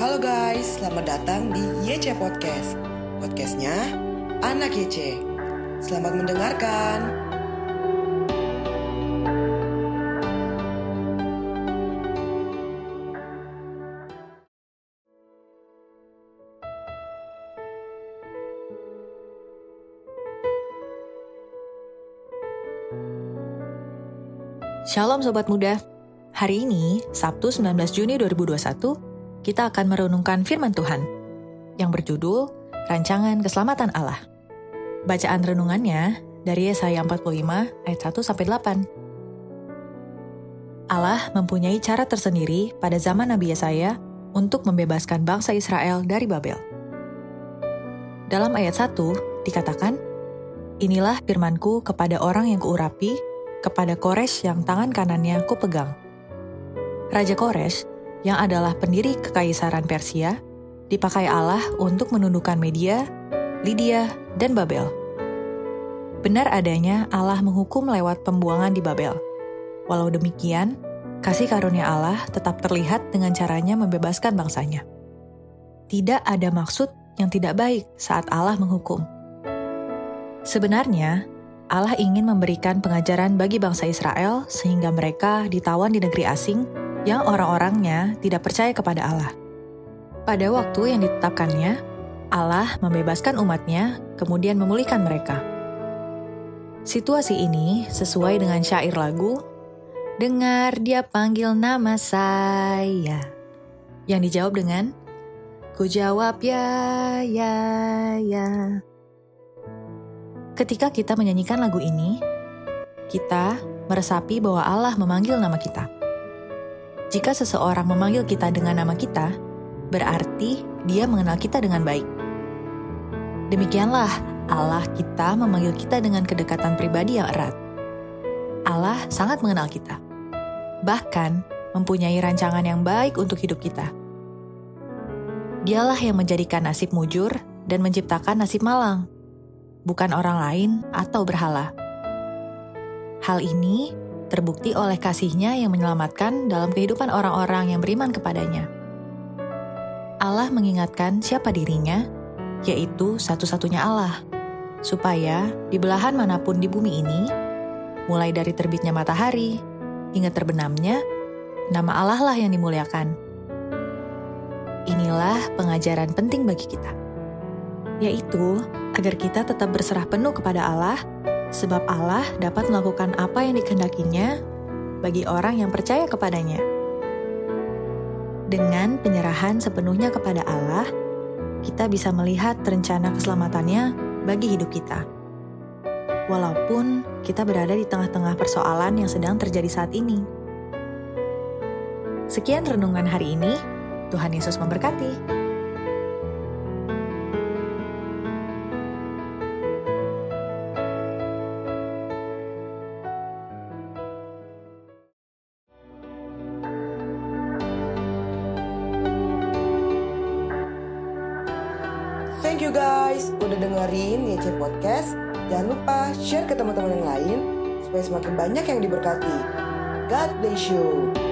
Halo guys, selamat datang di YC Podcast. Podcastnya Anak YC. Selamat mendengarkan. Shalom Sobat Muda. Hari ini, Sabtu 19 Juni 2021, kita akan merenungkan firman Tuhan yang berjudul Rancangan Keselamatan Allah. Bacaan renungannya dari Yesaya 45 ayat 1-8. Allah mempunyai cara tersendiri pada zaman Nabi Yesaya untuk membebaskan bangsa Israel dari Babel. Dalam ayat 1 dikatakan, "Inilah firmanku kepada orang yang kuurapi, kepada Kores yang tangan kanannya kupegang." Raja Kores, yang adalah pendiri kekaisaran Persia, dipakai Allah untuk menundukkan Media, Lydia, dan Babel. Benar adanya Allah menghukum lewat pembuangan di Babel. Walau demikian, kasih karunia Allah tetap terlihat dengan caranya membebaskan bangsanya. Tidak ada maksud yang tidak baik saat Allah menghukum. Sebenarnya, Allah ingin memberikan pengajaran bagi bangsa Israel sehingga mereka ditawan di negeri asing yang orang-orangnya tidak percaya kepada Allah. Pada waktu yang ditetapkannya, Allah membebaskan umatnya, kemudian memulihkan mereka. Situasi ini sesuai dengan syair lagu, "Dengar dia panggil nama saya," yang dijawab dengan, "Ku jawab ya, ya, ya." Ketika kita menyanyikan lagu ini, kita meresapi bahwa Allah memanggil nama kita. Jika seseorang memanggil kita dengan nama kita, berarti dia mengenal kita dengan baik. Demikianlah Allah kita memanggil kita dengan kedekatan pribadi yang erat. Allah sangat mengenal kita, bahkan mempunyai rancangan yang baik untuk hidup kita. Dialah yang menjadikan nasib mujur dan menciptakan nasib malang, bukan orang lain atau berhala. Hal ini terbukti oleh kasih-Nya yang menyelamatkan dalam kehidupan orang-orang yang beriman kepadanya. Allah mengingatkan siapa dirinya, yaitu satu-satunya Allah, supaya di belahan manapun di bumi ini, mulai dari terbitnya matahari hingga terbenamnya, nama Allah lah yang dimuliakan. Inilah pengajaran penting bagi kita, yaitu agar kita tetap berserah penuh kepada Allah, sebab Allah dapat melakukan apa yang dikehendakinya bagi orang yang percaya kepadanya. Dengan penyerahan sepenuhnya kepada Allah, kita bisa melihat rencana keselamatannya bagi hidup kita. Walaupun kita berada di tengah-tengah persoalan yang sedang terjadi saat ini. Sekian renungan hari ini, Tuhan Yesus memberkati. Thank you guys udah dengerin YC Podcast. Jangan lupa share ke teman-teman yang lain supaya semakin banyak yang diberkati. God bless you.